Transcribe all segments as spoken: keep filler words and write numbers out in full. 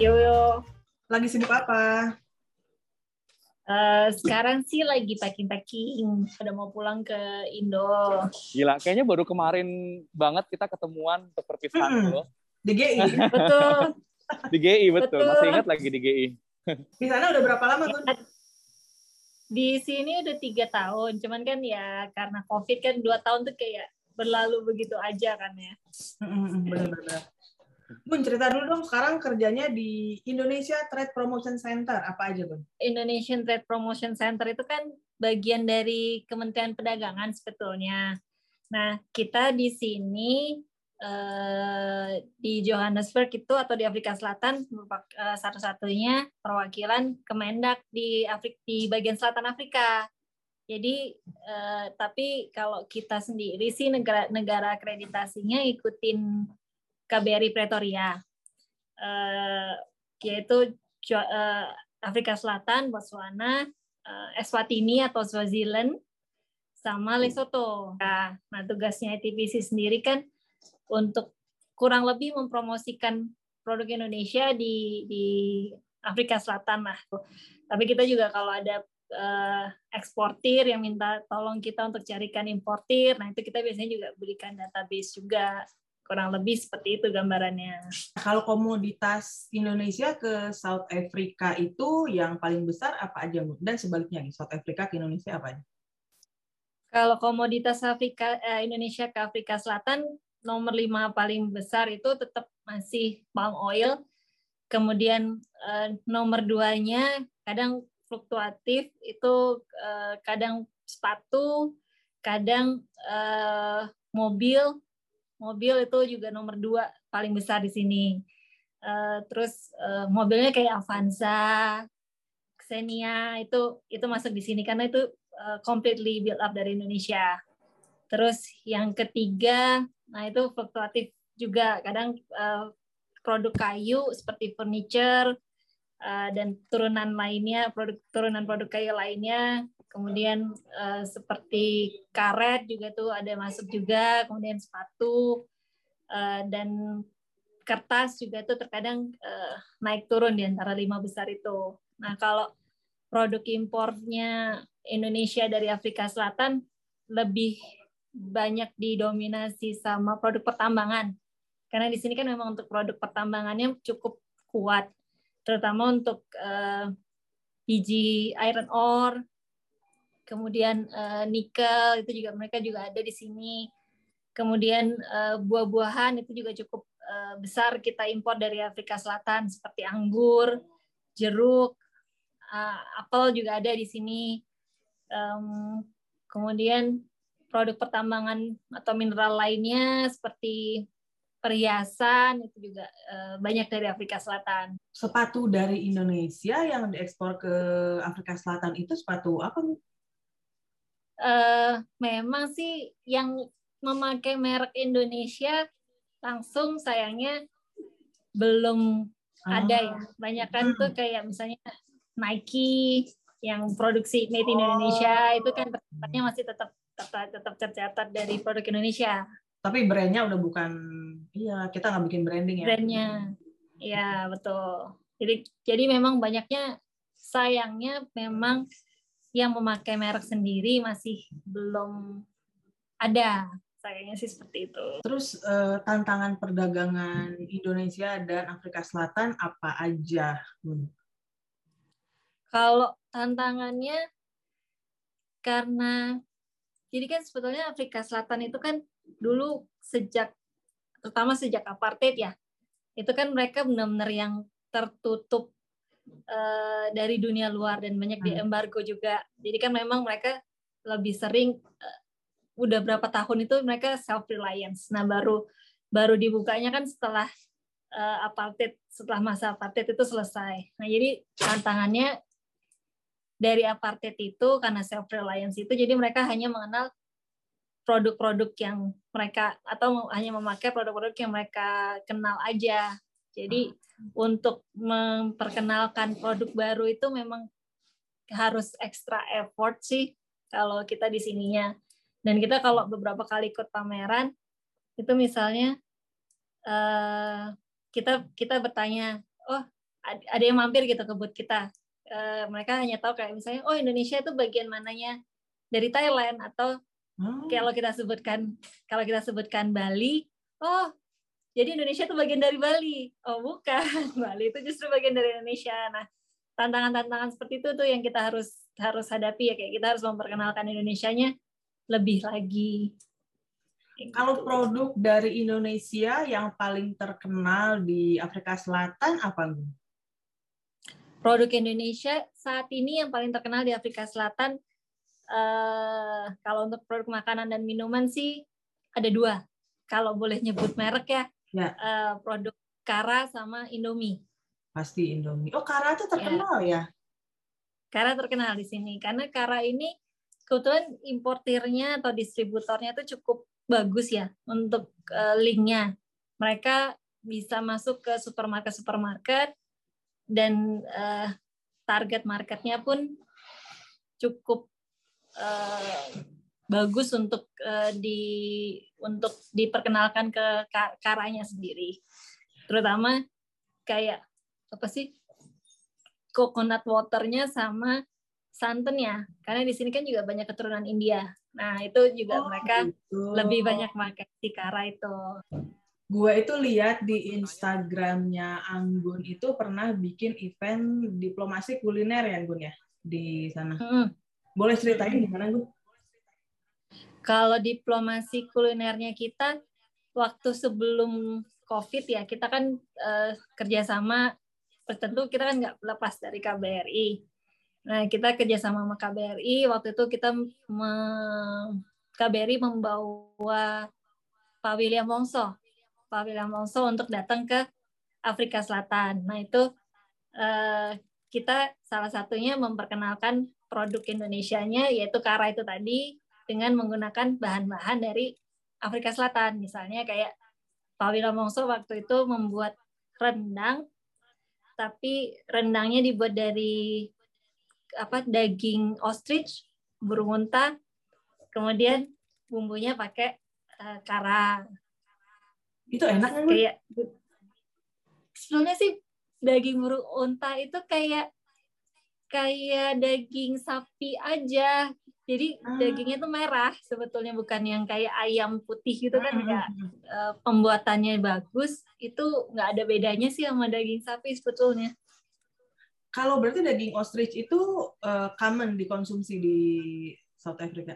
Yo, yo. Lagi sibuk apa? Uh, sekarang sih lagi packing-packing. Udah mau pulang ke Indo. Gila, kayaknya baru kemarin banget kita ketemuan untuk perpisahan Mm-mm. lo. Di G I. Betul. Di G I, betul. Betul. Masih ingat lagi di G I. Di sana udah berapa lama, Gun? Di sini udah tiga tahun. Cuman kan ya karena COVID kan dua tahun tuh kayak berlalu begitu aja kan ya. Mm-mm, bener-bener. Gun, cerita dulu dong sekarang kerjanya di Indonesia Trade Promotion Center. Apa aja, Gun? Indonesian Trade Promotion Center itu kan bagian dari Kementerian Perdagangan sebetulnya. Nah, kita di sini eh, di Johannesburg itu atau di Afrika Selatan merupakan eh, satu-satunya perwakilan Kemendak di Afrik di bagian selatan Afrika. Jadi, eh, tapi kalau kita sendiri sih negara-negara akreditasinya ikutin K B R I Pretoria, eh, yaitu eh, Afrika Selatan, Botswana, eh, Eswatini atau Swaziland, sama Lesotho. Nah, nah tugasnya I T P C sendiri kan untuk kurang lebih mempromosikan produk Indonesia di di Afrika Selatan lah. Tapi kita juga kalau ada uh, eksportir yang minta tolong kita untuk carikan importir, nah itu kita biasanya juga berikan database juga. Kurang lebih seperti itu gambarannya. Kalau komoditas Indonesia ke South Africa itu yang paling besar apa aja, Gun? Dan sebaliknya, South Africa ke Indonesia apa aja? Kalau komoditas Afrika eh, Indonesia ke Afrika Selatan, nomor lima paling besar itu tetap masih palm oil. Kemudian eh, nomor duanya kadang fluktuatif, itu eh, kadang sepatu, kadang eh, mobil. Mobil itu juga nomor dua paling besar di sini. Uh, terus uh, mobilnya kayak Avanza, Xenia itu itu masuk di sini karena itu uh, completely built up dari Indonesia. Terus yang ketiga, nah itu fluktuatif juga. Kadang uh, produk kayu seperti furniture uh, dan turunan lainnya, produk turunan produk kayu lainnya. Kemudian uh, seperti karet juga tuh ada masuk juga, kemudian sepatu uh, dan kertas juga tuh terkadang uh, naik turun di antara lima besar itu. Nah, kalau produk impornya Indonesia dari Afrika Selatan lebih banyak didominasi sama produk pertambangan. Karena di sini kan memang untuk produk pertambangannya cukup kuat, terutama untuk uh, biji iron ore, kemudian uh, nikel itu juga mereka juga ada di sini. Kemudian uh, buah-buahan itu juga cukup uh, besar kita impor dari Afrika Selatan seperti anggur, jeruk, uh, apel juga ada di sini. Um, kemudian produk pertambangan atau mineral lainnya seperti perhiasan itu juga uh, banyak dari Afrika Selatan. Sepatu dari Indonesia yang diekspor ke Afrika Selatan itu sepatu apa, Bu? Uh, memang sih yang memakai merek Indonesia langsung sayangnya belum ah. ada ya. Banyak kan hmm. tuh kayak misalnya Nike yang produksi made in Indonesia oh. itu kan tercatatnya masih tetap tetap tetap tercatat dari produk Indonesia. Tapi brandnya udah bukan, iya kita nggak bikin branding ya. Brandnya, iya betul. Jadi jadi memang banyaknya sayangnya memang yang memakai merek sendiri masih belum ada. Sayangnya sih seperti itu. Terus eh, tantangan perdagangan Indonesia dan Afrika Selatan apa aja? Hmm. Kalau tantangannya karena jadi kan sebetulnya Afrika Selatan itu kan dulu sejak terutama sejak apartheid ya, itu kan mereka benar-benar yang tertutup uh, dari dunia luar dan banyak hmm. diembargo juga. Jadi kan memang mereka lebih sering uh, udah berapa tahun itu mereka self reliance. Nah baru baru dibukanya kan setelah uh, apartheid, setelah masa apartheid itu selesai. Nah jadi tantangannya dari apartheid itu karena self reliance itu jadi mereka hanya mengenal produk-produk yang mereka atau hanya memakai produk-produk yang mereka kenal aja. Jadi hmm. untuk memperkenalkan produk baru itu memang harus extra effort sih kalau kita di sininya. Dan kita kalau beberapa kali ikut pameran itu misalnya uh, kita kita bertanya, oh ada yang mampir gitu ke booth kita. Uh, mereka hanya tahu kayak misalnya, oh Indonesia itu bagian mananya dari Thailand, atau Oh. kalau kita sebutkan kalau kita sebutkan Bali, oh jadi Indonesia itu bagian dari Bali. Oh bukan, Bali itu justru bagian dari Indonesia. Nah, tantangan-tantangan seperti itu tuh yang kita harus harus hadapi ya, kayak kita harus memperkenalkan Indonesianya lebih lagi. Kalau produk dari Indonesia yang paling terkenal di Afrika Selatan apa, Gun? Produk Indonesia saat ini yang paling terkenal di Afrika Selatan, eh, kalau untuk produk makanan dan minuman sih ada dua. Kalau boleh nyebut merek ya, ya. Eh, produk Kara sama Indomie. Pasti Indomie. Oh, Kara itu terkenal ya? ya? Kara terkenal di sini karena Kara ini kebetulan importirnya atau distributornya itu cukup bagus ya untuk uh, linknya. Mereka bisa masuk ke supermarket-supermarket dan uh, target marketnya pun cukup uh, bagus untuk uh, di untuk diperkenalkan ke Karanya sendiri. Terutama kayak apa sih? Coconut waternya sama santannya, karena di sini kan juga banyak keturunan India. Nah itu juga oh, mereka gitu. Lebih banyak pakai si Kara itu. Gue itu lihat di Instagramnya Anggun itu pernah bikin event diplomasi kuliner ya, Anggun ya, di sana. Hmm. Boleh ceritain hmm. gimana, Anggun? Kalau diplomasi kulinernya kita waktu sebelum COVID ya, kita kan uh, kerjasama. Tentu kita kan nggak lepas dari K B R I. Nah, kita kerjasama sama K B R I. Waktu itu kita me, K B R I membawa Pak William Wongso, Pak William Wongso untuk datang ke Afrika Selatan. Nah, itu eh, kita salah satunya memperkenalkan produk Indonesianya, yaitu Kara itu tadi, dengan menggunakan bahan-bahan dari Afrika Selatan. Misalnya kayak Pak William Wongso waktu itu membuat rendang, tapi rendangnya dibuat dari apa daging ostrich, burung unta, kemudian bumbunya pakai uh, Kara. Itu enak kan? Kayak sebenarnya sih daging burung unta itu kayak kayak daging sapi aja. Jadi ah. dagingnya tuh merah sebetulnya, bukan yang kayak ayam putih gitu kan, enggak. Uh, pembuatannya bagus, itu nggak ada bedanya sih sama daging sapi sebetulnya. Kalau berarti daging ostrich itu uh, common dikonsumsi di South Africa?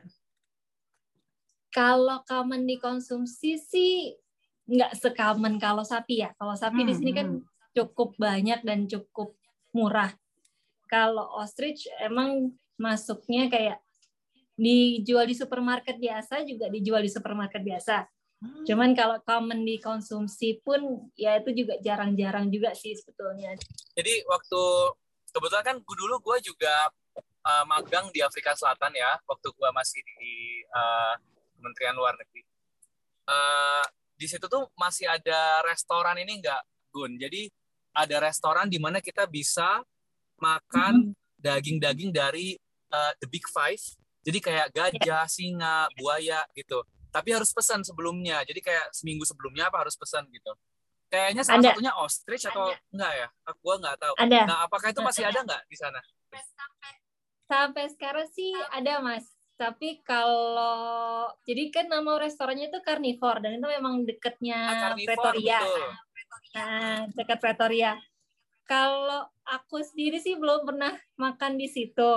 Kalau common dikonsumsi sih nggak se-common kalau sapi ya. Kalau sapi hmm, di sini kan cukup banyak dan cukup murah. Kalau ostrich emang masuknya kayak dijual di supermarket biasa, juga dijual di supermarket biasa. Hmm. Cuman kalau common dikonsumsi pun ya itu juga jarang-jarang juga sih sebetulnya. Jadi waktu kebetulan kan gue dulu gue juga uh, magang di Afrika Selatan ya, waktu gue masih di uh, Kementerian Luar Negeri. Uh, di situ tuh masih ada restoran ini enggak, Gun? Jadi ada restoran di mana kita bisa makan mm-hmm. daging-daging dari uh, the big five. Jadi kayak gajah, singa, buaya gitu. Tapi harus pesan sebelumnya. Jadi kayak seminggu sebelumnya apa harus pesan gitu. Kayaknya salah ada. Satunya ostrich atau ada. Enggak ya? Aku nggak tahu. Ada. Nah, apakah itu masih ada nggak di sana? Sampai sekarang sih ada, Mas. Tapi kalau jadi kan nama restorannya itu Carnivore dan itu memang dekatnya ah, Pretoria. Betul. Nah, dekat Pretoria. Kalau aku sendiri sih belum pernah makan di situ.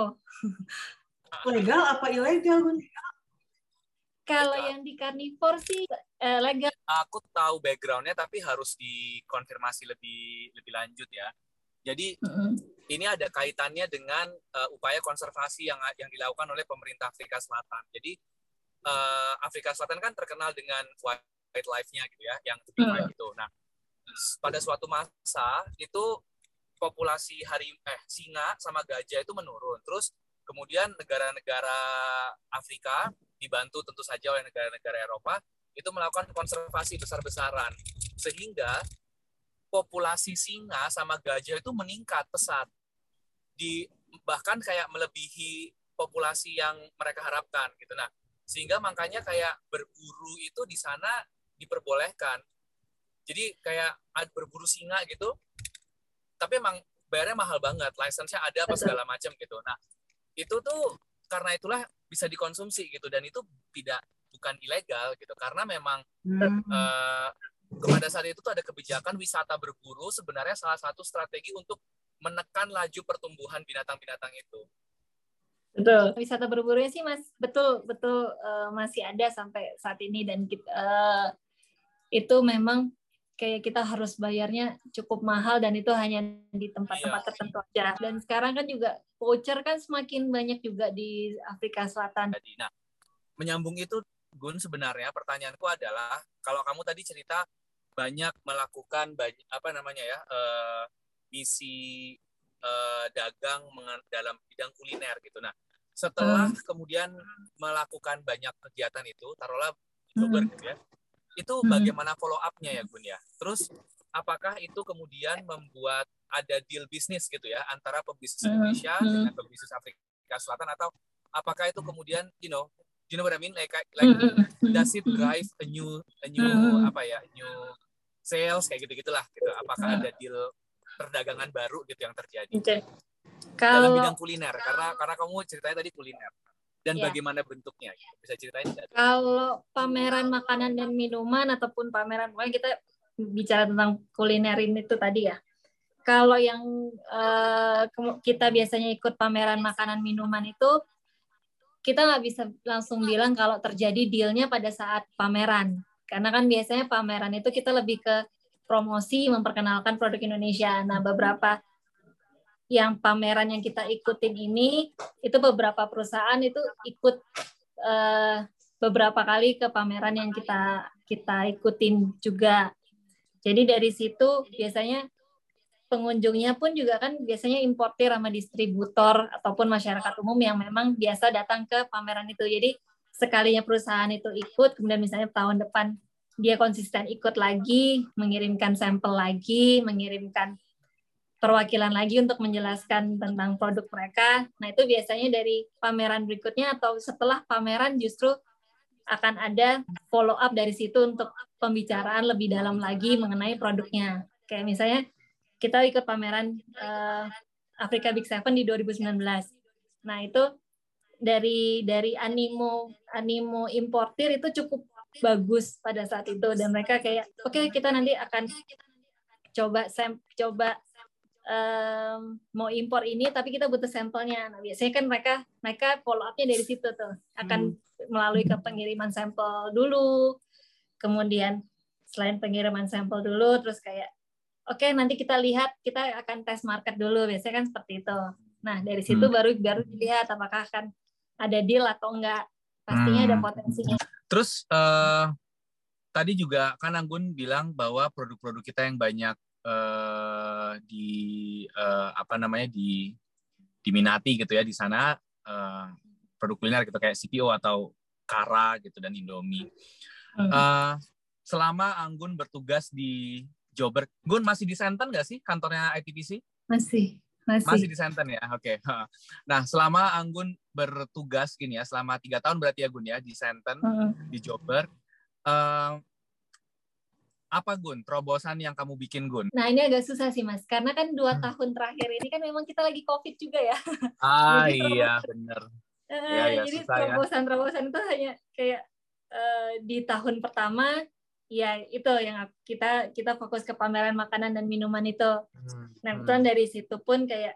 Legal apa ilegal, Bun? Kalau yang di Carnivore sih eh, legal. Aku tahu background-nya, tapi harus dikonfirmasi lebih lebih lanjut ya. Jadi mm-hmm. ini ada kaitannya dengan uh, upaya konservasi yang yang dilakukan oleh pemerintah Afrika Selatan. Jadi uh, Afrika Selatan kan terkenal dengan wildlife-nya gitu ya, yang lebih mm-hmm. itu. Nah, pada suatu masa itu populasi hari eh singa sama gajah itu menurun. Terus kemudian negara-negara Afrika dibantu tentu saja oleh negara-negara Eropa itu melakukan konservasi besar-besaran sehingga populasi singa sama gajah itu meningkat pesat, di bahkan kayak melebihi populasi yang mereka harapkan gitu. Nah, sehingga makanya kayak berburu itu di sana diperbolehkan. Jadi kayak berburu singa gitu, tapi emang bayarnya mahal banget, license-nya ada apa segala macam gitu. Nah, itu tuh karena itulah bisa dikonsumsi gitu, dan itu tidak bukan ilegal gitu, karena memang hmm. uh, pada saat itu tuh ada kebijakan wisata berburu sebenarnya salah satu strategi untuk menekan laju pertumbuhan binatang-binatang itu. Betul. Wisata berburunya sih mas betul betul uh, masih ada sampai saat ini, dan kita, uh, itu memang kayak kita harus bayarnya cukup mahal, dan itu hanya di tempat-tempat iya. tertentu aja. Dan sekarang kan juga voucher kan semakin banyak juga di Afrika Selatan. Nah, menyambung itu Gun, sebenarnya pertanyaanku adalah kalau kamu tadi cerita banyak melakukan banyak, apa namanya ya uh, misi uh, dagang dalam bidang kuliner gitu. Nah, setelah hmm. kemudian melakukan banyak kegiatan itu, taruhlah YouTuber hmm. gitu ya. Itu bagaimana follow up-nya ya Gun ya? Terus apakah itu kemudian membuat ada deal bisnis gitu ya antara pebisnis Indonesia mm-hmm. dengan pebisnis Afrika Selatan, atau apakah itu kemudian you know you know what I mean like like mm-hmm. does it drive a new a new mm-hmm. apa ya new sales kayak gitu-gitulah gitu. Apakah ada deal perdagangan baru gitu yang terjadi okay. dalam bidang kuliner, karena karena kamu ceritanya tadi kuliner. Dan ya. Bagaimana bentuknya? Bisa ceritain nggak? Kalau pameran makanan dan minuman ataupun pameran, pokoknya kita bicara tentang kulinerin itu tadi ya. Kalau yang uh, kita biasanya ikut pameran makanan minuman itu, kita nggak bisa langsung bilang kalau terjadi dealnya pada saat pameran. Karena kan biasanya pameran itu kita lebih ke promosi, memperkenalkan produk Indonesia. Nah, beberapa yang pameran yang kita ikutin ini, itu beberapa perusahaan itu ikut uh, beberapa kali ke pameran yang kita kita ikutin juga. Jadi dari situ biasanya pengunjungnya pun juga kan biasanya importir sama distributor ataupun masyarakat umum yang memang biasa datang ke pameran itu. Jadi sekalinya perusahaan itu ikut, kemudian misalnya tahun depan dia konsisten ikut lagi, mengirimkan sampel lagi, mengirimkan perwakilan lagi untuk menjelaskan tentang produk mereka. Nah, itu biasanya dari pameran berikutnya atau setelah pameran justru akan ada follow up dari situ untuk pembicaraan lebih dalam lagi mengenai produknya. Kayak misalnya kita ikut pameran uh, Africa Big Seven di dua ribu sembilan belas. Nah, itu dari dari animo animo importir itu cukup bagus pada saat itu, dan mereka kayak oke okay, kita nanti akan coba sem coba Um, mau impor ini tapi kita butuh sampelnya. Nah, biasanya kan mereka mereka follow up-nya dari situ tuh. Akan hmm. melalui ke pengiriman sampel dulu. Kemudian selain pengiriman sampel dulu terus kayak oke okay, nanti kita lihat, kita akan tes market dulu. Biasanya kan seperti itu. Nah, dari situ hmm. baru baru dilihat apakah akan ada deal atau enggak. Pastinya hmm. ada potensinya. Terus uh, tadi juga kan Anggun bilang bahwa produk-produk kita yang banyak Uh, di uh, apa namanya di diminati gitu ya di sana uh, produk kuliner gitu kayak C P O atau Kara gitu dan Indomie. Uh, selama Anggun bertugas di Joburg, Gun masih di Senten nggak sih kantornya I T P C? Masih, masih. Masih di Senten ya, oke. Okay. Nah selama Anggun bertugas gini ya selama tiga tahun berarti ya Gun ya di Senten uh. di Joburg. Uh, Apa Gun, terobosan yang kamu bikin Gun? Nah ini agak susah sih Mas, karena kan dua hmm. tahun terakhir ini kan memang kita lagi COVID juga ya. Ah iya benar. Uh, ya, ya, jadi terobosan-terobosan itu hanya kayak uh, di tahun pertama, ya itu yang kita kita fokus ke pameran makanan dan minuman itu. Hmm. Nah kebetulan hmm. dari situ pun kayak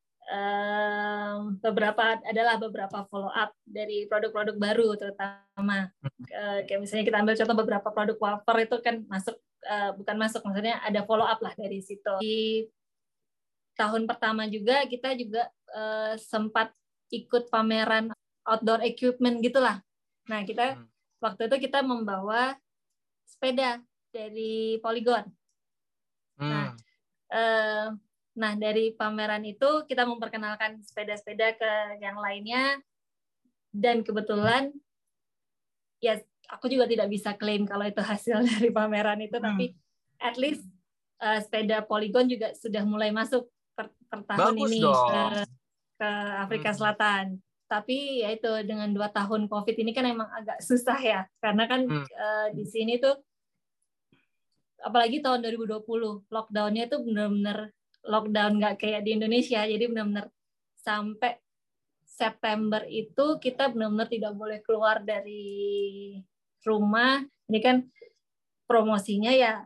um, beberapa adalah beberapa follow up dari produk-produk baru terutama. Uh, kayak misalnya kita ambil contoh beberapa produk wafer itu kan masuk uh, bukan masuk maksudnya ada follow up lah dari situ. Di tahun pertama juga kita juga uh, sempat ikut pameran outdoor equipment gitulah. Nah kita hmm. waktu itu kita membawa sepeda dari Polygon. Hmm. Nah uh, nah dari pameran itu kita memperkenalkan sepeda-sepeda ke yang lainnya, dan kebetulan ya aku juga tidak bisa klaim kalau itu hasil dari pameran itu, hmm. tapi at least uh, sepeda Polygon juga sudah mulai masuk per, per tahun Bagus ini dong. ke, ke Afrika hmm. Selatan. Tapi ya itu dengan dua tahun COVID ini kan emang agak susah ya, karena kan hmm. uh, di sini tuh apalagi tahun dua ribu dua puluh lockdown-nya tuh benar-benar lockdown nggak kayak di Indonesia. Jadi benar-benar sampai September itu kita benar-benar tidak boleh keluar dari rumah. Ini kan promosinya ya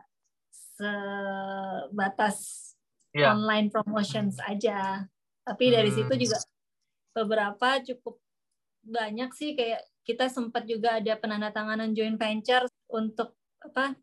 sebatas yeah. online promotions aja. Tapi dari hmm. situ juga beberapa cukup banyak sih, kayak kita sempat juga ada penandatanganan joint venture untuk apa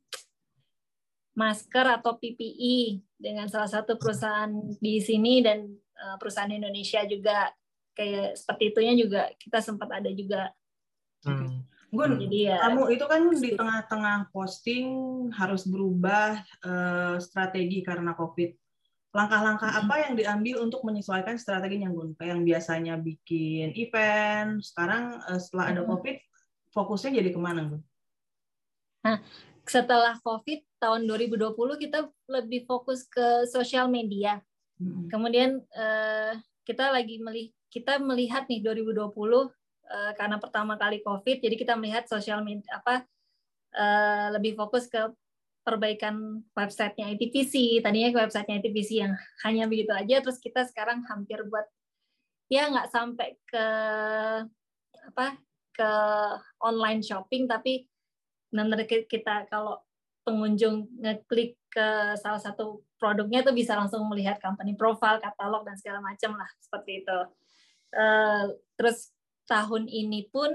masker atau P P E dengan salah satu perusahaan di sini, dan uh, perusahaan Indonesia juga kayak seperti itunya juga kita sempat ada juga. Hmm. Gun, jadi ya, kamu itu kan di tengah-tengah posting harus berubah uh, strategi karena COVID. Langkah-langkah apa yang diambil untuk menyesuaikan strateginya, Gun? Kayak yang biasanya bikin event, sekarang uh, setelah ada COVID, fokusnya jadi kemana, Gun? Nah, setelah COVID tahun dua ribu dua puluh kita lebih fokus ke sosial media. Hmm. Kemudian uh, kita lagi melihat kita melihat nih dua ribu dua puluh uh, karena pertama kali COVID, jadi kita melihat sosial media apa uh, lebih fokus ke perbaikan websitenya I T V C. Tadinya ke websitenya I T V C yang hanya begitu aja, terus kita sekarang hampir buat ya nggak sampai ke apa ke online shopping, tapi benar-benar kita kalau pengunjung ngeklik ke salah satu produknya tuh bisa langsung melihat company profile, katalog dan segala macam lah seperti itu. Uh, terus tahun ini pun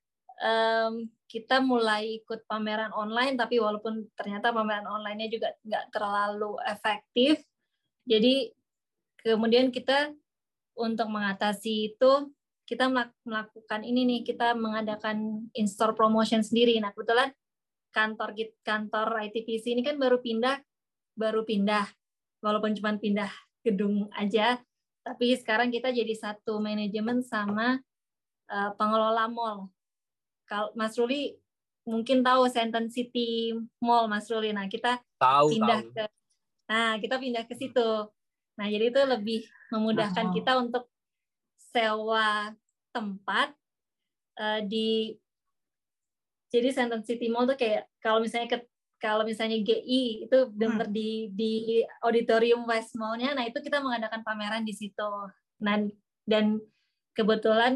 um, kita mulai ikut pameran online, tapi walaupun ternyata pameran online-nya juga nggak terlalu efektif. Jadi kemudian kita untuk mengatasi itu, kita melakukan ini nih, kita mengadakan in-store promotion sendiri. Nah kebetulan kantor kantor I T V C ini kan baru pindah, baru pindah, walaupun cuma pindah gedung aja, tapi sekarang kita jadi satu manajemen sama uh, pengelola mall. Kalau Mas Ruli mungkin tahu Center City Mall, Mas Ruli. Nah, kita tahu, pindah tahu. ke Nah, kita pindah ke situ. Nah, jadi itu lebih memudahkan oh. kita untuk sewa tempat uh, di jadi Center City Mall tuh kayak kalau misalnya ke kalau misalnya G I itu benar hmm. di di auditorium West Mall-nya, nah itu kita mengadakan pameran di situ. Nah, dan kebetulan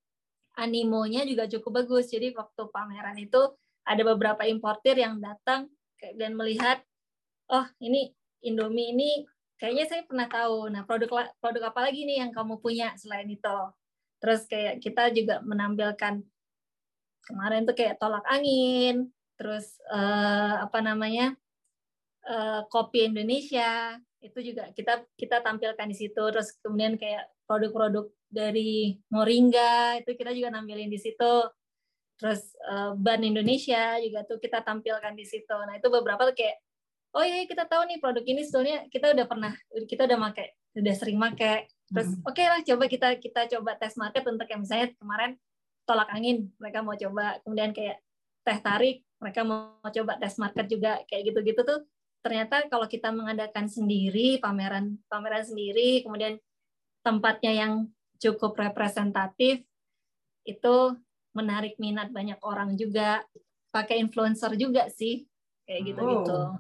animonya juga cukup bagus. Jadi waktu pameran itu ada beberapa importir yang datang dan melihat, oh ini Indomie ini kayaknya saya pernah tahu. Nah produk produk apa lagi nih yang kamu punya selain itu? Terus kayak kita juga menampilkan kemarin tuh kayak tolak angin, terus uh, apa namanya uh, kopi Indonesia itu juga kita kita tampilkan di situ. Terus kemudian kayak produk-produk dari Moringa itu kita juga nampilin di situ. Terus uh, ban Indonesia juga tuh kita tampilkan di situ. Nah itu beberapa tuh kayak, oh iya kita tahu nih produk ini sebetulnya kita udah pernah, kita udah pakai, udah sering pakai. Terus oke okay lah coba kita kita coba tes market untuk yang misalnya kemarin tolak angin mereka mau coba, kemudian kayak teh tarik mereka mau coba tes market juga, kayak gitu-gitu tuh. Ternyata kalau kita mengadakan sendiri pameran pameran sendiri, kemudian tempatnya yang cukup representatif, itu menarik minat banyak orang juga. Pakai influencer juga sih, kayak gitu-gitu. Oh.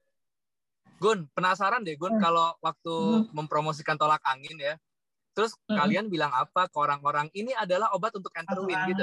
Gun, penasaran deh Gun, hmm. kalau waktu hmm. mempromosikan tolak angin ya, terus hmm. kalian bilang apa ke orang-orang, ini adalah obat untuk enterwin gitu?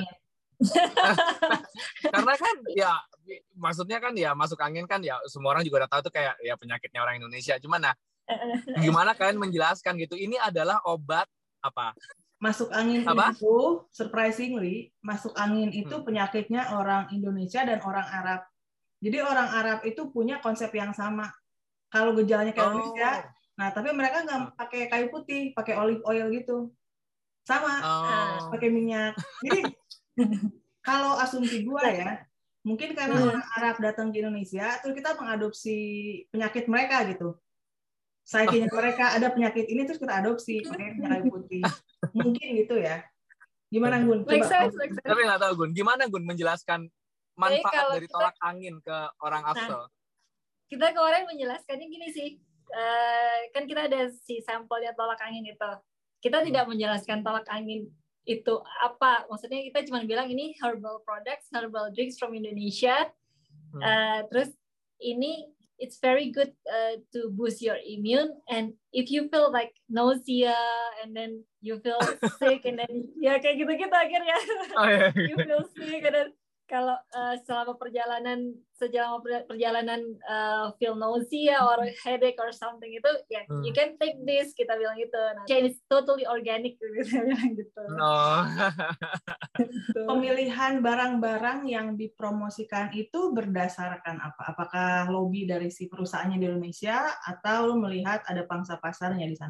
Karena kan ya, maksudnya kan ya masuk angin kan ya semua orang juga udah tahu tuh kayak ya penyakitnya orang Indonesia. Cuman nah, gimana kalian menjelaskan gitu, ini adalah obat apa? Masuk angin apa? Itu surprisingly masuk angin itu hmm. penyakitnya orang Indonesia dan orang Arab. Jadi orang Arab itu punya konsep yang sama. Kalau gejalanya kayak oh. Indonesia, nah tapi mereka nggak pakai kayu putih, pakai olive oil gitu, sama oh. pakai minyak. Jadi kalau asumsi gua ya, mungkin karena hmm. orang Arab datang ke Indonesia, terus kita mengadopsi penyakit mereka gitu. Psyche-nya mereka ada penyakit ini terus kita adopsi pakai kayu putih. Mungkin gitu ya. Gimana Gun? Coba. Tapi nggak tahu Gun. Gimana Gun menjelaskan manfaat dari tolak kita, angin ke orang Afsel? Nah, kita kemarin menjelaskannya gini sih. Uh, kan kita ada si sampelnya tolak angin itu. Kita hmm. tidak menjelaskan tolak angin itu apa. Maksudnya kita cuma bilang ini herbal products, herbal drinks from Indonesia. Hmm. Uh, terus ini it's very good uh, to boost your immune. And if you feel like nausea and then you feel sick and then ya kayak gitu-gitu akhirnya oh, yeah. You feel sick and then kalau uh, selama perjalanan selama perjalanan uh, feel nausea or headache or something itu ya hmm. you can take this, kita bilang gitu. Nah, it's totally organic gitu bilang gitu. No. Pemilihan barang-barang yang dipromosikan itu berdasarkan apa? Apakah lobby dari si perusahaannya di Indonesia atau melihat ada pangsa pasarnya di sana?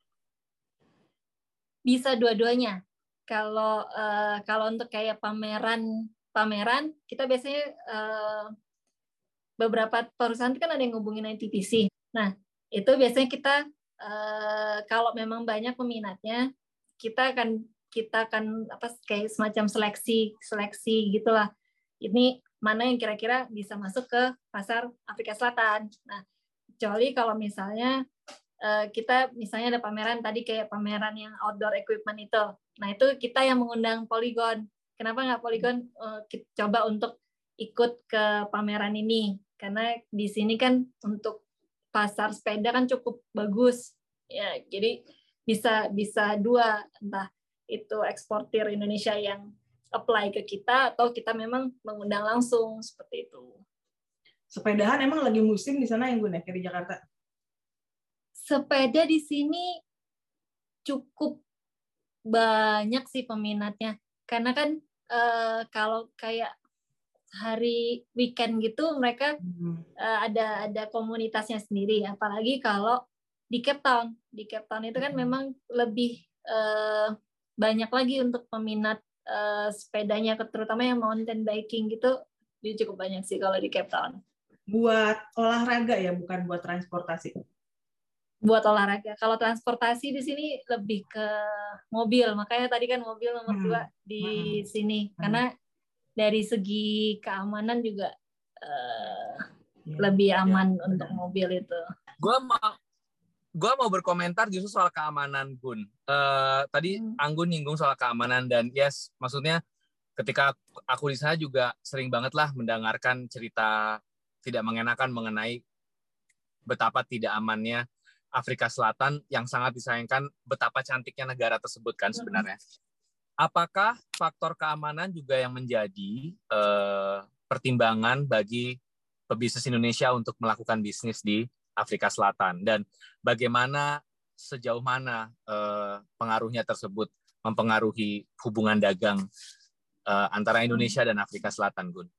Bisa dua-duanya. Kalau uh, kalau untuk kayak pameran pameran kita biasanya uh, beberapa perusahaan kan ada yang ngubungin I T P C. Nah itu biasanya kita uh, kalau memang banyak peminatnya kita akan kita akan apa kayak semacam seleksi seleksi gitulah. Ini mana yang kira-kira bisa masuk ke pasar Afrika Selatan. Nah kecuali kalau misalnya uh, kita misalnya ada pameran tadi kayak pameran yang outdoor equipment itu. Nah itu kita yang mengundang Polygon. Kenapa nggak Polygon uh, kita coba untuk ikut ke pameran ini? Karena di sini kan untuk pasar sepeda kan cukup bagus, ya. Jadi bisa bisa dua, entah itu eksportir Indonesia yang apply ke kita atau kita memang mengundang langsung seperti itu. Sepedahan emang lagi musim di sana yang gue nih, kayak di Jakarta? Sepeda di sini cukup banyak sih peminatnya. Karena kan uh, kalau kayak hari weekend gitu mereka hmm. uh, ada ada komunitasnya sendiri. Apalagi kalau di Cape Town, di Cape Town itu kan hmm. memang lebih uh, banyak lagi untuk peminat uh, sepedanya, terutama yang mountain biking gitu, dia cukup banyak sih kalau di Cape Town. Buat olahraga ya, bukan buat transportasi. Buat olahraga. Kalau transportasi di sini lebih ke mobil, makanya tadi kan mobil nomor hmm. dua di hmm. sini, hmm. karena dari segi keamanan juga uh, ya, lebih aman ya, untuk mobil itu. Gua mau, gua mau berkomentar justru soal keamanan, Gun. Uh, tadi hmm. Anggun nyinggung soal keamanan dan yes, maksudnya ketika aku di sana juga sering banget lah mendengarkan cerita tidak mengenakan mengenai betapa tidak amannya Afrika Selatan yang sangat disayangkan betapa cantiknya negara tersebut kan sebenarnya. Apakah faktor keamanan juga yang menjadi uh, pertimbangan bagi pebisnis Indonesia untuk melakukan bisnis di Afrika Selatan? Dan bagaimana, sejauh mana uh, pengaruhnya tersebut mempengaruhi hubungan dagang uh, antara Indonesia dan Afrika Selatan, Gun?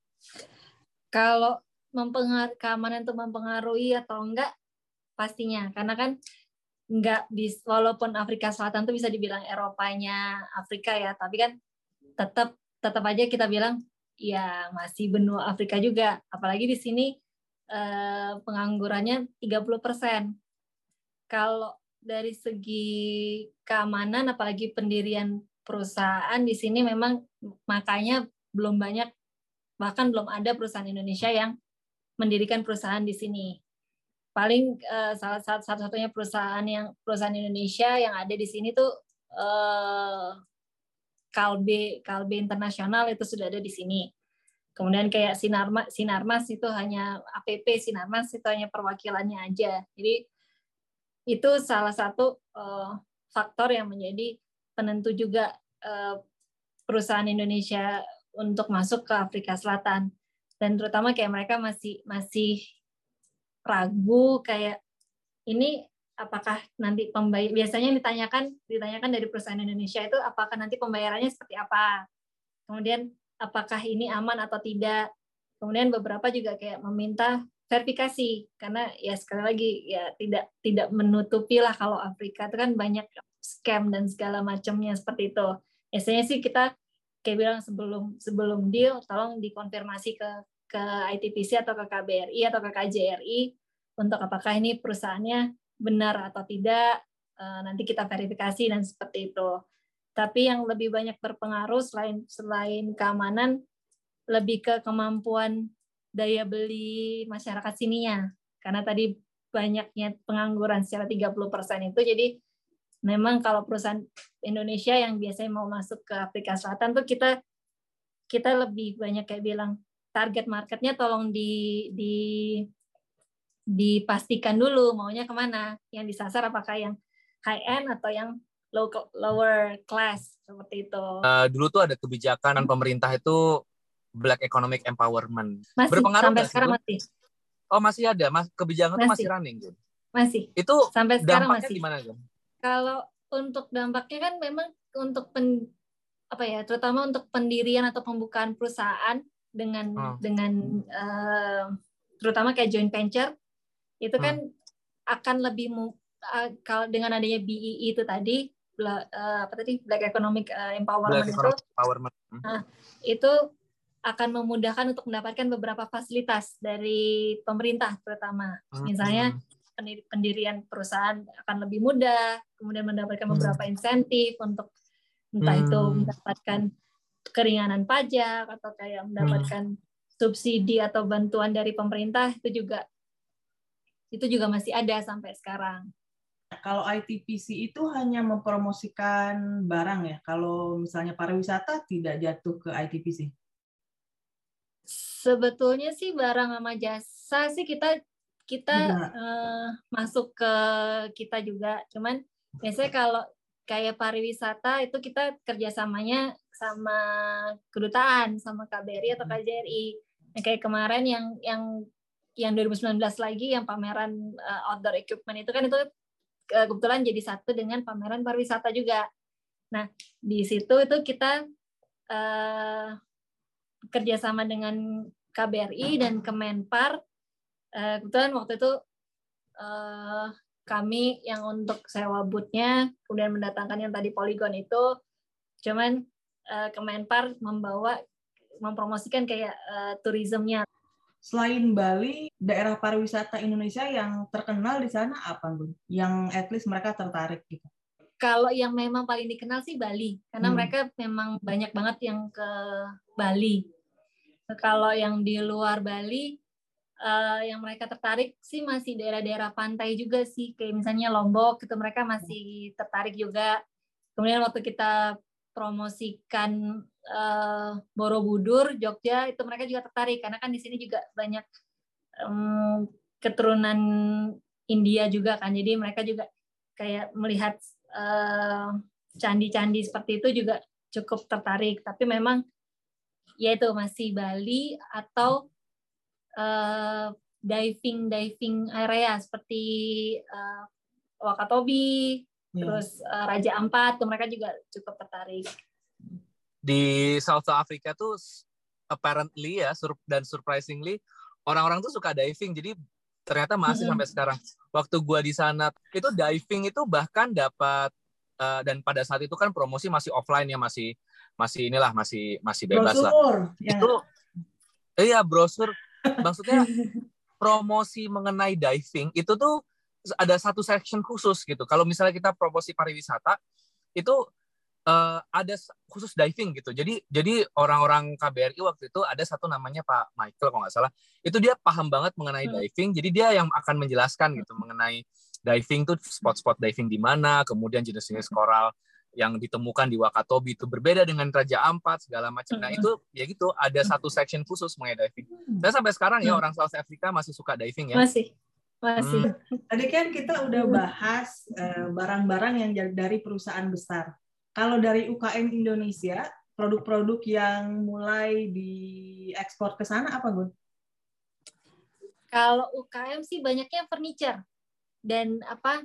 Kalau mempengaruhi keamanan itu mempengaruhi atau enggak, pastinya, karena kan nggak bis, walaupun Afrika Selatan tuh bisa dibilang Eropanya Afrika ya, tapi kan tetap tetap aja kita bilang ya masih benua Afrika juga. Apalagi di sini eh, penganggurannya tiga puluh persen. Kalau dari segi keamanan, apalagi pendirian perusahaan di sini memang makanya belum banyak, bahkan belum ada perusahaan Indonesia yang mendirikan perusahaan di sini. Paling uh, salah satu satu-satunya perusahaan yang perusahaan Indonesia yang ada di sini tuh uh, Kalbe Kalbe Internasional itu sudah ada di sini. Kemudian kayak Sinarmas Sinarmas itu hanya A P P Sinarmas itu hanya perwakilannya aja. Jadi itu salah satu uh, faktor yang menjadi penentu juga uh, perusahaan Indonesia untuk masuk ke Afrika Selatan. Dan terutama kayak mereka masih masih ragu kayak ini apakah nanti pembayar, biasanya ditanyakan ditanyakan dari perusahaan Indonesia itu apakah nanti pembayarannya seperti apa, kemudian apakah ini aman atau tidak, kemudian beberapa juga kayak meminta verifikasi karena ya sekali lagi ya tidak tidak menutupi lah kalau Afrika itu kan banyak scam dan segala macamnya seperti itu. Biasanya sih kita kayak bilang sebelum sebelum deal tolong dikonfirmasi ke ke I T P C atau ke K B R I atau ke K J R I untuk apakah ini perusahaannya benar atau tidak, nanti kita verifikasi dan seperti itu. Tapi yang lebih banyak berpengaruh selain selain keamanan, lebih ke kemampuan daya beli masyarakat sininya. Karena tadi banyaknya pengangguran secara tiga puluh persen itu, jadi memang kalau perusahaan Indonesia yang biasanya mau masuk ke Afrika Selatan tuh kita kita lebih banyak kayak bilang target marketnya tolong di di dipastikan dulu maunya kemana, yang disasar apakah yang high end atau yang low lower class seperti itu. Uh, dulu tuh ada kebijakan pemerintah itu Black Economic Empowerment. Masih, berpengaruh sampai nggak sekarang sih, masih. Oh masih ada, mas kebijakan itu masih running, Gun? Masih. Itu sampai sekarang dampaknya masih. Gimana, Gun? Kalau untuk dampaknya kan memang untuk pen, apa ya, terutama untuk pendirian atau pembukaan perusahaan dengan hmm. dengan uh, terutama kayak joint venture itu kan hmm. akan lebih uh, kalau dengan adanya B E E itu tadi uh, apa tadi Black Economic uh, Empowerment Black itu Economic Empowerment. Hmm. Uh, itu akan memudahkan untuk mendapatkan beberapa fasilitas dari pemerintah terutama. Hmm. Misalnya pendirian perusahaan akan lebih mudah, kemudian mendapatkan beberapa insentif untuk entah hmm. itu mendapatkan keringanan pajak atau kayak mendapatkan hmm. subsidi atau bantuan dari pemerintah, itu juga itu juga masih ada sampai sekarang. Kalau I T P C itu hanya mempromosikan barang ya, kalau misalnya pariwisata tidak jatuh ke I T P C? Sebetulnya sih barang sama jasa sih kita kita uh, masuk ke kita juga, cuman biasanya kalau kayak pariwisata itu kita kerjasamanya sama kedutaan, sama K B R I atau K J R I. Nah, kayak kemarin yang yang yang dua ribu sembilan belas lagi yang pameran uh, outdoor equipment itu kan itu uh, kebetulan jadi satu dengan pameran pariwisata juga. Nah di situ itu kita uh, kerjasama dengan K B R I dan Kemenpar. Uh, kebetulan waktu itu uh, kami yang untuk sewa booth-nya, kemudian mendatangkan yang tadi Polygon itu, cuman uh, Kemenpar membawa, mempromosikan kayak uh, turismenya. Selain Bali, daerah pariwisata Indonesia yang terkenal di sana apa, Bun? Yang at least mereka tertarik gitu? Kalau yang memang paling dikenal sih Bali, karena hmm. mereka memang banyak banget yang ke Bali. Kalau yang di luar Bali, Uh, yang mereka tertarik sih masih daerah-daerah pantai juga sih, kayak misalnya Lombok itu mereka masih tertarik juga. Kemudian waktu kita promosikan uh, Borobudur, Jogja, itu mereka juga tertarik karena kan di sini juga banyak um, keturunan India juga kan, jadi mereka juga kayak melihat uh, candi-candi seperti itu juga cukup tertarik. Tapi memang ya itu masih Bali atau Uh, diving diving area seperti uh, Wakatobi, yeah. terus uh, Raja Ampat, tuh mereka juga cukup tertarik. Di South Africa tuh apparently ya sur- dan surprisingly orang-orang tuh suka diving, jadi ternyata masih mm-hmm. sampai sekarang. Waktu gua di sana itu diving itu bahkan dapat uh, dan pada saat itu kan promosi masih offline ya, masih masih inilah masih masih bebas brosur, lah. Ya. Itu iya brosur. Maksudnya promosi mengenai diving itu tuh ada satu section khusus gitu. Kalau misalnya kita promosi pariwisata itu uh, ada khusus diving gitu. Jadi jadi orang-orang K B R I waktu itu ada satu namanya Pak Michael kalau nggak salah. Itu dia paham banget mengenai hmm. diving. Jadi dia yang akan menjelaskan gitu mengenai diving tuh spot-spot diving di mana, kemudian jenis-jenis koral yang ditemukan di Wakatobi itu berbeda dengan Raja Ampat segala macam. Nah itu ya gitu ada satu section khusus mengenai diving. Dan sampai sekarang ya orang South Africa masih suka diving ya. Masih, masih. Hmm. Tadi kan kita udah bahas uh, barang-barang yang dari perusahaan besar. Kalau dari U K M Indonesia, produk-produk yang mulai diekspor ke sana apa, Gun? Kalau U K M sih banyaknya furniture dan apa?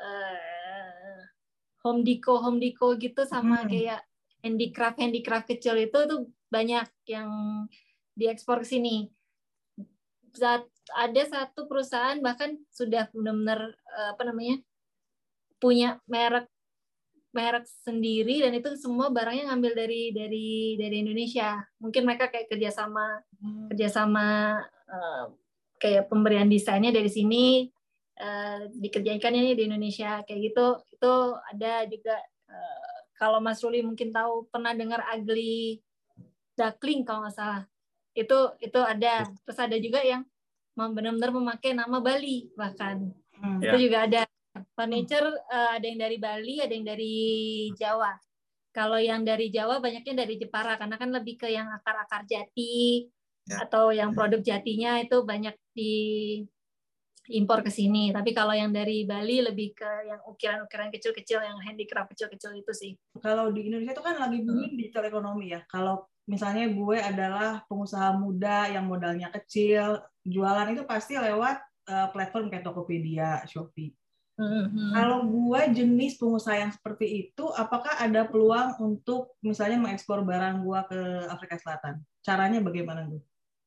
Uh, home deco home deco gitu sama hmm. kayak handicraft handicraft kecil itu tuh banyak yang diekspor ke sini. Saat ada satu perusahaan bahkan sudah benar-benar apa namanya punya merek merek sendiri dan itu semua barangnya ngambil dari dari dari Indonesia. Mungkin mereka kayak kerjasama hmm. kerjasama uh, kayak pemberian desainnya dari sini. Uh, dikerjakan ini di Indonesia kayak gitu. Itu ada juga uh, kalau Mas Ruli mungkin tahu pernah dengar Ugly Duckling kalau nggak salah itu itu ada. Terus ada juga yang benar-benar memakai nama Bali bahkan hmm, itu ya. Juga ada furniture uh, ada yang dari Bali ada yang dari Jawa. Kalau yang dari Jawa banyaknya dari Jepara karena kan lebih ke yang akar-akar jati ya. Atau yang produk jatinya itu banyak di impor ke sini. Tapi kalau yang dari Bali lebih ke yang ukiran-ukiran kecil-kecil, yang handicraft kecil-kecil itu sih. Kalau di Indonesia itu kan lagi booming digital ekonomi ya. Kalau misalnya gue adalah pengusaha muda yang modalnya kecil, jualan itu pasti lewat uh, platform kayak Tokopedia, Shopee. Mm-hmm. Kalau gue jenis pengusaha yang seperti itu, apakah ada peluang untuk misalnya mengekspor barang gue ke Afrika Selatan? Caranya bagaimana, gue?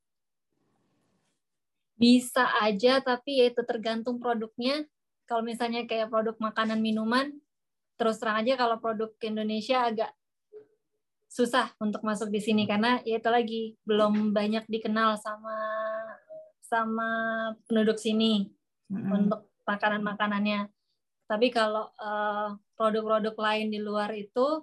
Bisa aja, tapi ya itu tergantung produknya. Kalau misalnya kayak produk makanan minuman, terus terang aja kalau produk Indonesia agak susah untuk masuk di sini karena ya itu lagi belum banyak dikenal sama sama penduduk sini mm-hmm. untuk makanan-makanannya. Tapi kalau uh, produk-produk lain di luar itu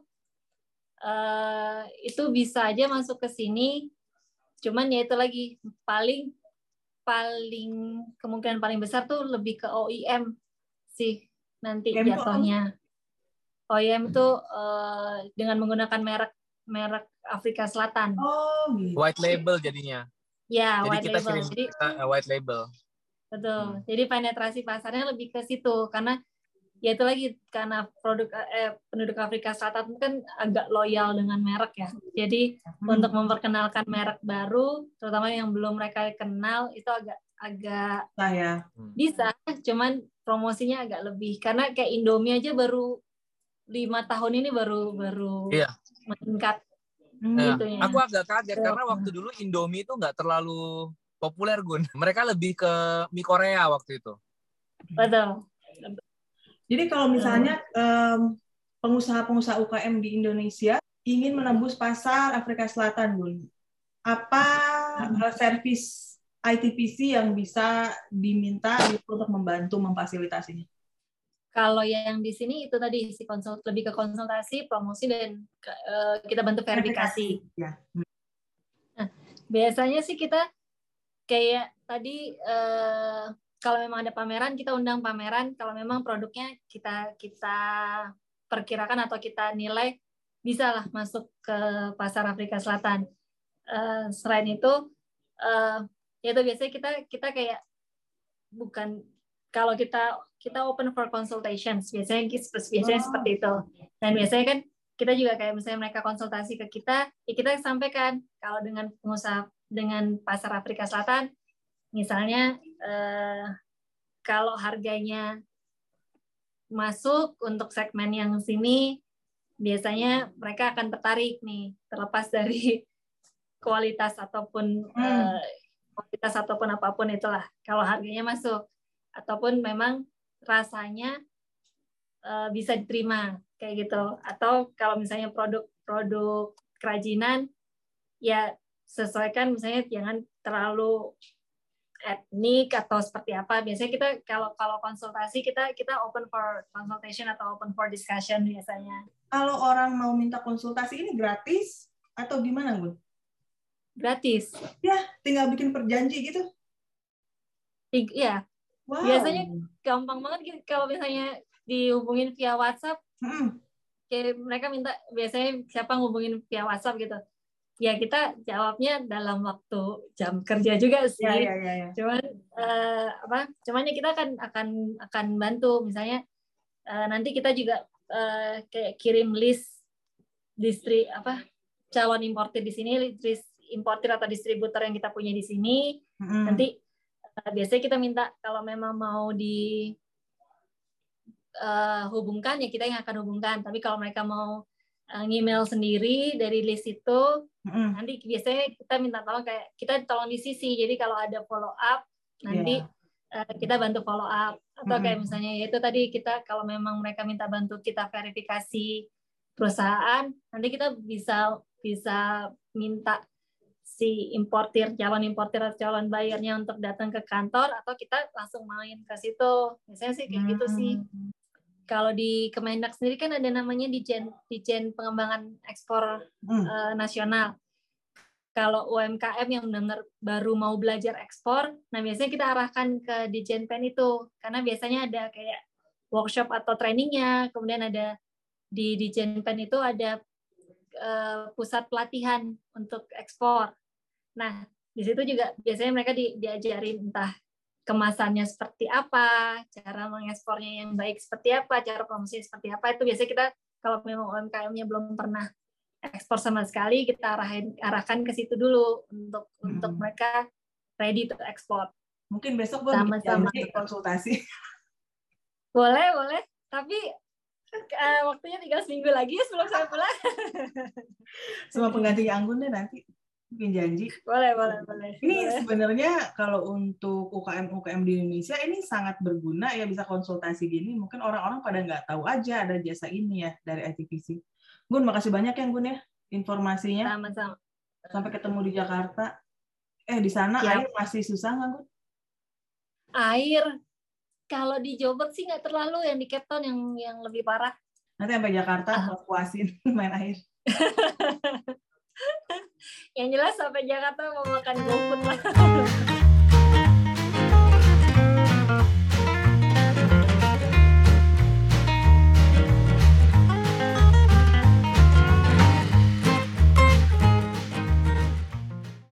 uh, itu bisa aja masuk ke sini. Cuman ya itu lagi paling paling kemungkinan paling besar tuh lebih ke O I M sih nanti M jatuhnya. O I M itu uh, dengan menggunakan merek merek Afrika Selatan. Oh, gitu. White label jadinya. Ya, jadi white kita label. kirim Jadi kita, uh, white label. Betul. Hmm. Jadi penetrasi pasarnya lebih ke situ karena ya itu lagi karena produk eh, penduduk Afrika Selatan kan agak loyal dengan merek ya. Jadi hmm. untuk memperkenalkan merek baru, terutama yang belum mereka kenal itu agak agak nah, ya. bisa, cuman promosinya agak lebih karena kayak Indomie aja baru lima tahun ini baru baru iya. meningkat. Hmm. Gitu ya. Aku agak kaget so, karena waktu dulu Indomie itu nggak terlalu populer, Gun. Mereka lebih ke mie Korea waktu itu. Betul. Jadi kalau misalnya um, pengusaha-pengusaha U K M di Indonesia ingin menembus pasar Afrika Selatan, Bun, apa uh, servis I T P C yang bisa diminta untuk membantu memfasilitasinya? Kalau yang di sini itu tadi si konsult lebih ke konsultasi, promosi dan uh, kita bantu verifikasi. Ya. Nah, biasanya sih kita kayak tadi uh, kalau memang ada pameran kita undang pameran, kalau memang produknya kita kita perkirakan atau kita nilai bisa lah masuk ke pasar Afrika Selatan. Uh, selain itu uh, ya itu biasanya kita kita kayak bukan kalau kita kita open for consultations biasanya biasanya oh. seperti itu. Dan biasanya kan kita juga kayak misalnya mereka konsultasi ke kita, ya kita sampaikan kalau dengan pengusaha dengan pasar Afrika Selatan misalnya eh, kalau harganya masuk untuk segmen yang sini, biasanya mereka akan tertarik nih, terlepas dari kualitas ataupun hmm. eh, kualitas ataupun apapun itulah. Kalau harganya masuk, ataupun memang rasanya eh, bisa diterima kayak gitu. Atau kalau misalnya produk-produk kerajinan, ya sesuaikan misalnya jangan terlalu etnik atau seperti apa. Biasanya kita kalau kalau konsultasi kita kita open for consultation atau open for discussion biasanya. Kalau orang mau minta konsultasi ini gratis atau gimana, Bu? Gratis. Ya, tinggal bikin perjanji gitu. Iya. Wow. Biasanya gampang banget gitu kalau misalnya dihubungin via WhatsApp. Hmm. Kayak mereka minta biasanya siapa ngubungin via WhatsApp gitu. Ya kita jawabnya dalam waktu jam kerja juga sih. Ya, ya, ya, ya. Cuman uh, apa? Cuman ya kita akan akan akan bantu misalnya uh, nanti kita juga uh, kayak kirim list distri apa calon importir di sini, list importir atau distributor yang kita punya di sini. Mm-hmm. Nanti uh, biasanya kita minta kalau memang mau di uh, hubungkan ya kita yang akan hubungkan. Tapi kalau mereka mau uh, email sendiri dari list itu mm-hmm. nanti biasanya kita minta tolong kayak kita tolong di sisi, jadi kalau ada follow up nanti yeah. uh, kita bantu follow up atau mm-hmm. kayak misalnya ya itu tadi kita kalau memang mereka minta bantu kita verifikasi perusahaan, nanti kita bisa bisa minta si importir calon importir atau calon bayarnya untuk datang ke kantor atau kita langsung main ke situ, biasanya sih kayak mm-hmm. gitu sih. Kalau di Kemendak sendiri kan ada namanya Dijen Dijen Pengembangan Ekspor hmm. uh, Nasional. Kalau U M K M yang benar-benar baru mau belajar ekspor, nah biasanya kita arahkan ke Dijen Pen itu, karena biasanya ada kayak workshop atau trainingnya, kemudian ada di Dijen Pen itu ada uh, pusat pelatihan untuk ekspor. Nah di situ juga biasanya mereka di, diajarin entah kemasannya seperti apa, cara mengekspornya yang baik seperti apa, cara promosinya seperti apa. Itu biasanya kita kalau memang U M K M-nya belum pernah ekspor sama sekali, kita arahin arahkan ke situ dulu untuk hmm. untuk mereka ready to ekspor. Mungkin besok gue sama-sama konsultasi. Boleh, boleh. Tapi uh, waktunya tinggal seminggu lagi sebelum saya pulang. Sama pengganti Anggun deh nanti. Mungkin janji. Boleh, boleh, boleh. Ini boleh. sebenarnya kalau untuk U K M-U K M di Indonesia ini sangat berguna ya, bisa konsultasi gini. Mungkin orang-orang pada nggak tahu aja ada jasa ini ya dari I T P C. Gun, makasih banyak ya Gun ya informasinya. Sama-sama. Sampai ketemu di Jakarta. Eh di sana ya. Air masih susah nggak Gun? Air kalau di Jombang sih nggak terlalu, yang di Cape Town yang yang lebih parah. Nanti sampai Jakarta uh. puasin main air. Yang jelas sampai Jakarta mau makan GoFood lah.